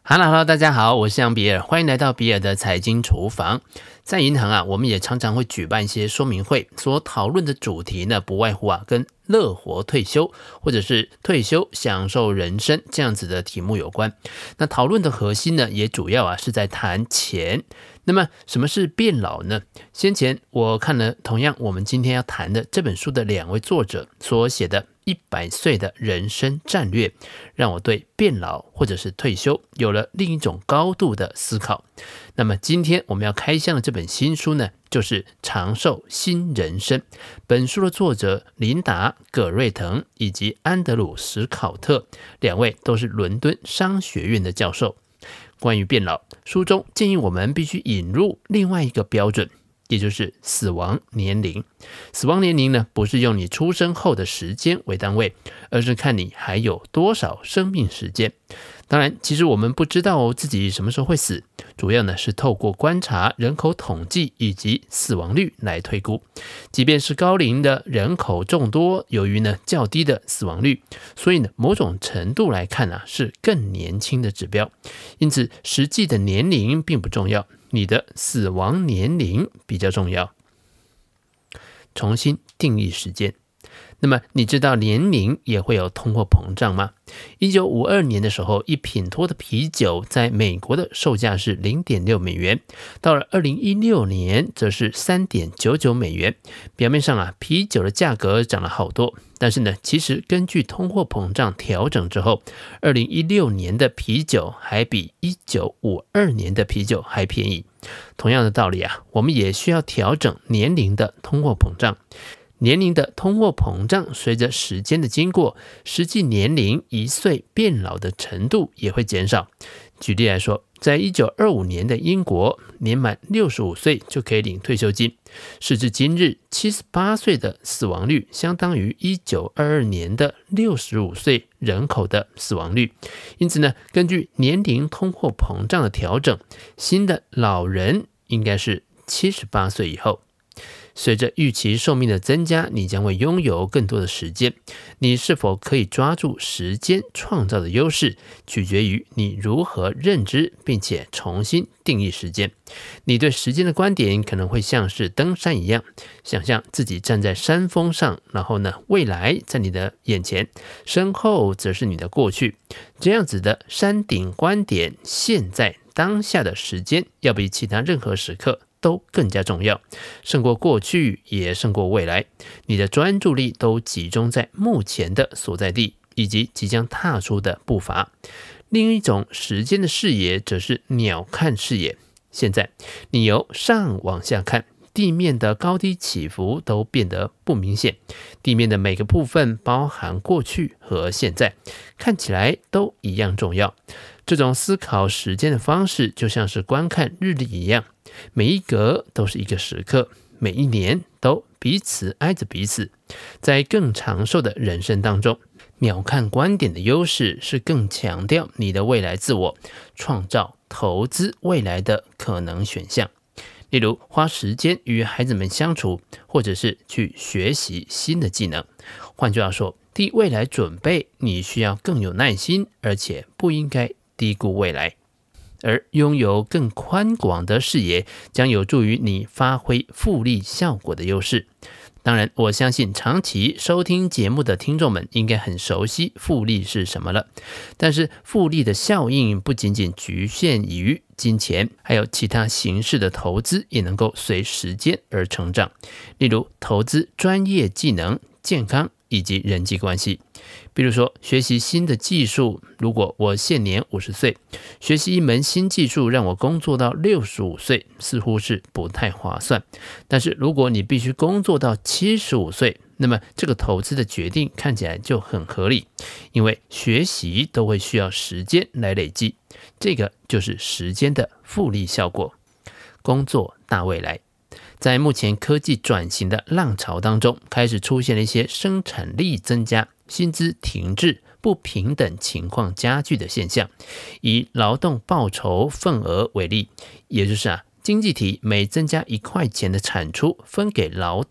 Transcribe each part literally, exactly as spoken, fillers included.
Hello Hello，大家好，我是杨比尔，欢迎来到比尔的财经厨房。在银行啊，我们也常常会举办一些说明会，所讨论的主题呢，不外乎啊跟乐活退休或者是退休享受人生这样子的题目有关。那讨论的核心呢，也主要啊是在谈钱。那么什么是变老呢？先前我看了同样我们今天要谈的这本书的两位作者所写的一百岁的人生战略，让我对变老或者是退休有了另一种高度的思考。那么今天我们要开箱的这本新书呢，就是长寿新人生。本书的作者琳达·葛瑞腾以及安德鲁·史考特，两位都是伦敦商学院的教授。关于变老，书中建议我们必须引入另外一个标准，也就是死亡年龄。死亡年龄呢，不是用你出生后的时间为单位，而是看你还有多少生命时间。当然，其实我们不知道自己什么时候会死，主要呢是透过观察人口统计以及死亡率来推估。即便是高龄的人口众多，由于呢较低的死亡率，所以呢某种程度来看啊是更年轻的指标。因此，实际的年龄并不重要，你的死亡年龄比较重要。重新定义时间。那么你知道年龄也会有通货膨胀吗？一九五二年的时候，一品托的啤酒在美国的售价是 零点六美元，到了二零一六年则是 三点九九美元。表面上啊，啤酒的价格涨了好多，但是呢，其实根据通货膨胀调整之后，二零一六年的啤酒还比一九五二年的啤酒还便宜。同样的道理啊，我们也需要调整年龄的通货膨胀。年龄的通货膨胀随着时间的经过，实际年龄一岁变老的程度也会减少。举例来说，在一九二五年的英国，年满六十五岁就可以领退休金。时至今日，七十八岁的死亡率相当于一九二二年的六十五岁人口的死亡率。因此呢，根据年龄通货膨胀的调整，新的老人应该是七十八岁以后。随着预期寿命的增加，你将会拥有更多的时间。你是否可以抓住时间创造的优势，取决于你如何认知并且重新定义时间。你对时间的观点可能会像是登山一样，想象自己站在山峰上，然后呢，未来在你的眼前，身后则是你的过去。这样子的山顶观点，现在当下的时间要比其他任何时刻都更加重要，胜过过去，也胜过未来。你的专注力都集中在目前的所在地以及即将踏出的步伐。另一种时间的视野则是鸟瞰视野。现在你由上往下看，地面的高低起伏都变得不明显，地面的每个部分包含过去和现在，看起来都一样重要。这种思考时间的方式就像是观看日历一样，每一格都是一个时刻，每一年都彼此挨着彼此。在更长寿的人生当中，鸟瞰观点的优势是更强调你的未来自我，创造投资未来的可能选项。例如花时间与孩子们相处，或者是去学习新的技能。换句话说，替未来准备，你需要更有耐心，而且不应该低估未来。而拥有更宽广的视野，将有助于你发挥复利效果的优势。当然，我相信长期收听节目的听众们应该很熟悉复利是什么了。但是复利的效应不仅仅局限于金钱，还有其他形式的投资也能够随时间而成长。例如投资专业技能、健康以及人际关系。比如说学习新的技术，如果我现年五十岁，学习一门新技术让我工作到六十五岁，似乎是不太划算。但是如果你必须工作到七十五岁，那么这个投资的决定看起来就很合理，因为学习都会需要时间来累积，这个就是时间的复利效果。工作大未来。在目前科技转型的浪潮当中，开始出现了一些生产力增加、薪资停滞、不平等情况加剧的现象。以劳动报酬份额为例，也就是啊，经济体每增加一块钱的产出，分给劳动的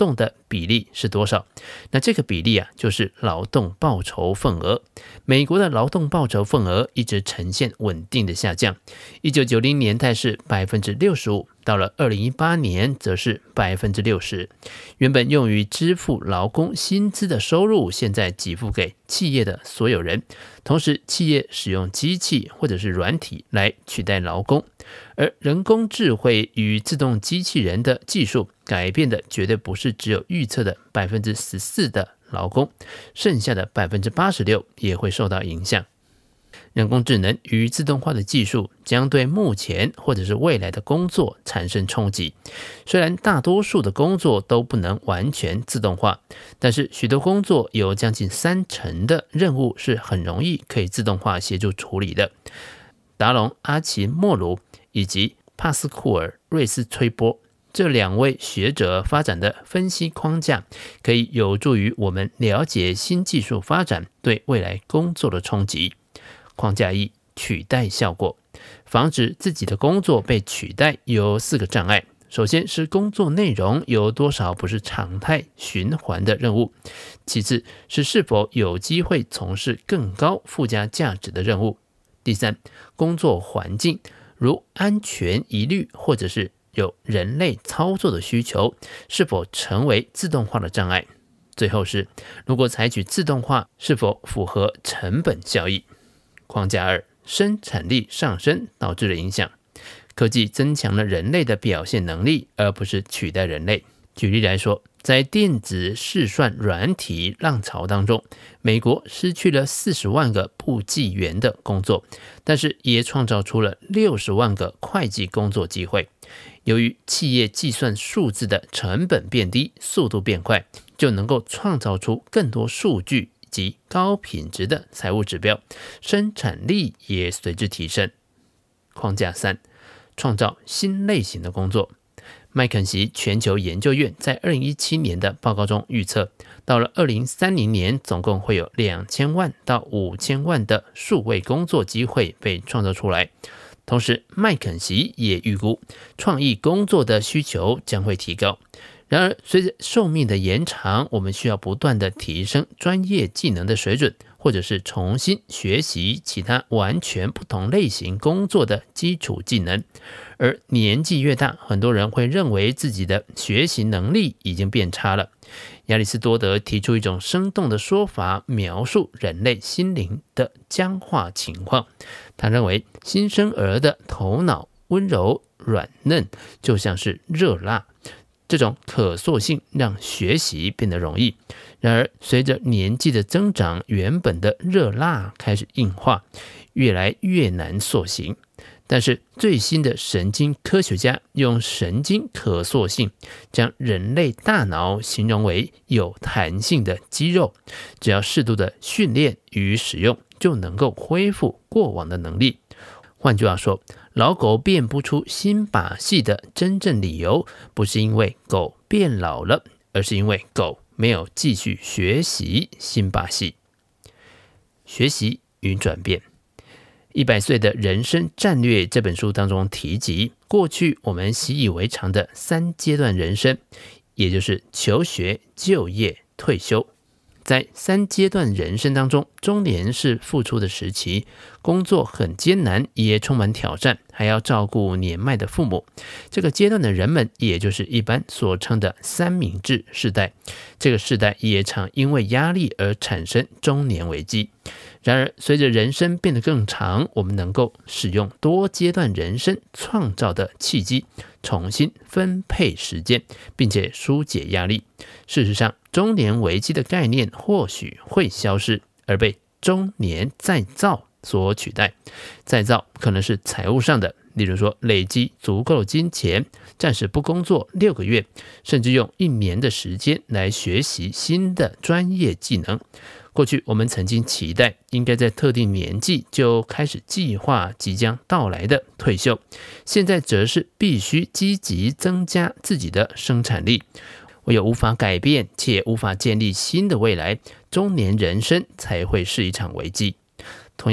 比例是多少？那这个比例啊，就是劳动报酬份额。美国的劳动报酬份额一直呈现稳定的下降，一九九零年代是 百分之六十五， 到了二零一八年则是 百分之六十。 原本用于支付劳工薪资的收入，现在给付给企业的所有人，同时企业使用机器或者是软体来取代劳工，而人工智慧与自动机器人的技术改变的绝对不是只有预测的 百分之十四 的劳工，剩下的 百分之八十六 也会受到影响。人工智能与自动化的技术将对目前或者是未来的工作产生冲击。虽然大多数的工作都不能完全自动化，但是许多工作有将近三成的任务是很容易可以自动化协助处理的。达隆·阿奇莫鲁以及帕斯库尔·瑞斯崔波这两位学者发展的分析框架，可以有助于我们了解新技术发展对未来工作的冲击。框架一：取代效果。防止自己的工作被取代有四个障碍。首先是工作内容有多少不是常态循环的任务，其次是是否有机会从事更高附加价值的任务，第三，工作环境如安全疑虑或者是有人类操作的需求是否成为自动化的障碍，最后是如果采取自动化是否符合成本效益。框架二：生产力上升导致的影响。科技增强了人类的表现能力，而不是取代人类。举例来说，在电子试算软体浪潮当中，美国失去了四十万个簿记员的工作，但是也创造出了六十万个会计工作机会。由于企业计算数字的成本变低，速度变快，就能够创造出更多数据及高品质的财务指标，生产力也随之提升。框架三：创造新类型的工作。麦肯锡全球研究院在二零一七年的报告中预测，到了二零三零年，总共会有两千万到五千万的数位工作机会被创造出来。同时，麦肯锡也预估，创意工作的需求将会提高。然而，随着寿命的延长，我们需要不断的提升专业技能的水准，或者是重新学习其他完全不同类型工作的基础技能。而年纪越大，很多人会认为自己的学习能力已经变差了。亚里士多德提出一种生动的说法，描述人类心灵的僵化情况。他认为，新生儿的头脑温柔软嫩，就像是热蜡。这种可塑性让学习变得容易，然而随着年纪的增长，原本的热蜡开始硬化，越来越难塑形。但是最新的神经科学家用神经可塑性将人类大脑形容为有弹性的肌肉，只要适度的训练与使用，就能够恢复过往的能力。换句话说，老狗变不出新把戏的真正理由，不是因为狗变老了，而是因为狗没有继续学习新把戏。学习与转变。一百岁的人生战略这本书当中提及，过去我们习以为常的三阶段人生，也就是求学、就业、退休。在三阶段人生当中，中年是付出的时期，工作很艰难，也充满挑战，还要照顾年迈的父母。这个阶段的人们，也就是一般所称的三明治世代。这个世代也常因为压力而产生中年危机。然而，随着人生变得更长，我们能够使用多阶段人生创造的契机，重新分配时间，并且疏解压力。事实上，中年危机的概念或许会消失，而被中年再造所取代。再造可能是财务上的，例如说累积足够的金钱，暂时不工作六个月，甚至用一年的时间来学习新的专业技能。过去我们曾经期待应该在特定年纪就开始计划即将到来的退休，现在则是必须积极增加自己的生产力。唯有无法改变且无法建立新的未来，中年人生才会是一场危机。同样的，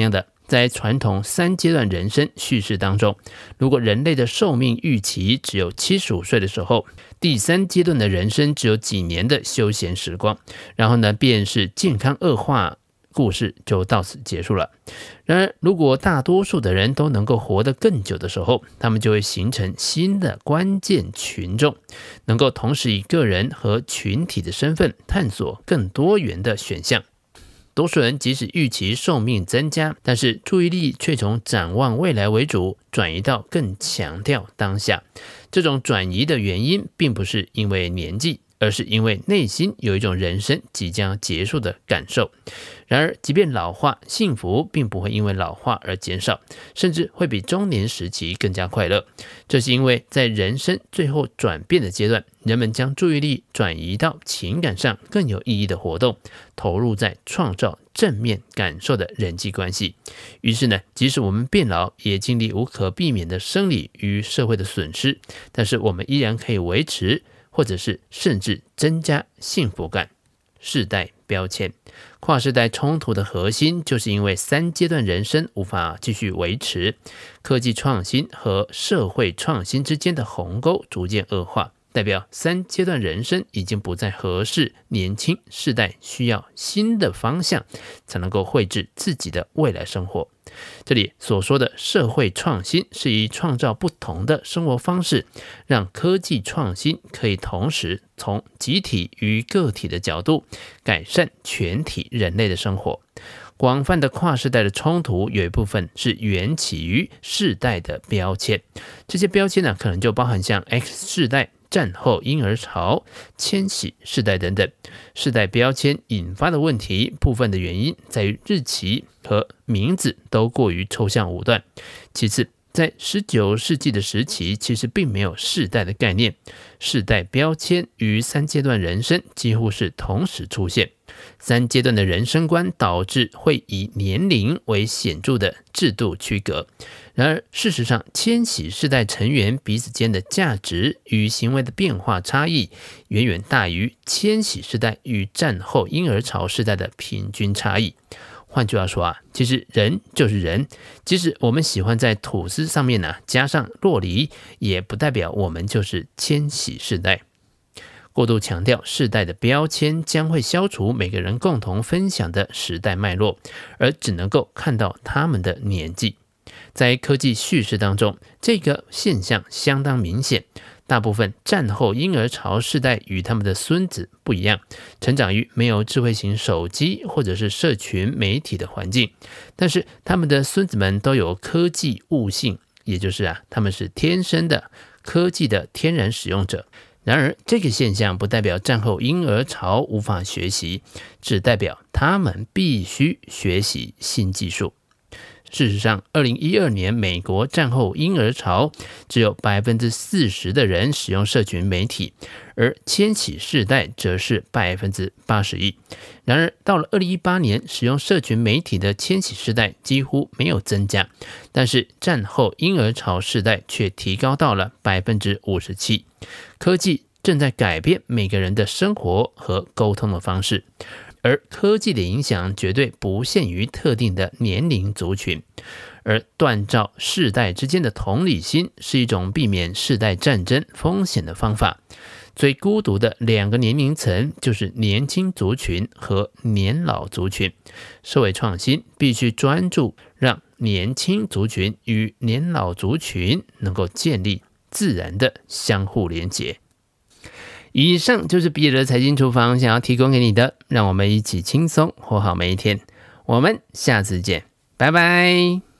在传统三阶段人生叙事当中，如果人类的寿命预期只有七十五岁的时候，第三阶段的人生只有几年的休闲时光，然后呢，便是健康恶化，故事就到此结束了。然而，如果大多数的人都能够活得更久的时候，他们就会形成新的关键群众，能够同时以个人和群体的身份探索更多元的选项。多数人即使预期寿命增加，但是注意力却从展望未来为主，转移到更强调当下。这种转移的原因并不是因为年纪，而是因为内心有一种人生即将结束的感受。然而，即便老化，幸福并不会因为老化而减少，甚至会比中年时期更加快乐。这是因为在人生最后转变的阶段，人们将注意力转移到情感上更有意义的活动，投入在创造正面感受的人际关系。于是呢，即使我们变老，也经历无可避免的生理与社会的损失，但是我们依然可以维持，或者是甚至增加幸福感。世代标签，跨世代冲突的核心就是因为三阶段人生无法继续维持，科技创新和社会创新之间的鸿沟逐渐恶化，代表三阶段人生已经不再合适，年轻世代需要新的方向，才能够绘制自己的未来生活。这里所说的社会创新，是以创造不同的生活方式，让科技创新可以同时从集体与个体的角度改善全体人类的生活。广泛的跨世代的冲突，有一部分是源起于世代的标签，这些标签呢，可能就包含像 X 世代、战后婴儿潮、千禧世代等等。世代标签引发的问题，部分的原因在于日期和名字都过于抽象武断。其次，在十九世纪的时期，其实并没有世代的概念，世代标签与三阶段人生几乎是同时出现。三阶段的人生观导致会以年龄为显著的制度区隔。然而，事实上，千禧世代成员彼此间的价值与行为的变化差异，远远大于千禧世代与战后婴儿潮世代的平均差异。换句话说啊，其实人就是人，即使我们喜欢在吐司上面呢、啊、加上酪梨，也不代表我们就是千禧世代。过度强调世代的标签，将会消除每个人共同分享的时代脉络，而只能够看到他们的年纪。在科技叙事当中，这个现象相当明显。大部分战后婴儿潮世代与他们的孙子不一样，成长于没有智慧型手机或者是社群媒体的环境，但是他们的孙子们都有科技悟性，也就是啊，他们是天生的科技的天然使用者。然而，这个现象不代表战后婴儿潮无法学习，只代表他们必须学习新技术。事实上，二零一二年美国战后婴儿潮只有 百分之四十 的人使用社群媒体，而千禧世代则是 百分之八十一。然而，到了二零一八年，使用社群媒体的千禧世代几乎没有增加，但是战后婴儿潮世代却提高到了 百分之五十七。科技正在改变每个人的生活和沟通的方式。而科技的影响绝对不限于特定的年龄族群，而锻造世代之间的同理心是一种避免世代战争风险的方法。最孤独的两个年龄层就是年轻族群和年老族群。社会创新必须专注让年轻族群与年老族群能够建立自然的相互连结。以上就是比尔的财经厨房想要提供给你的，让我们一起轻松活好每一天。我们下次见，拜拜。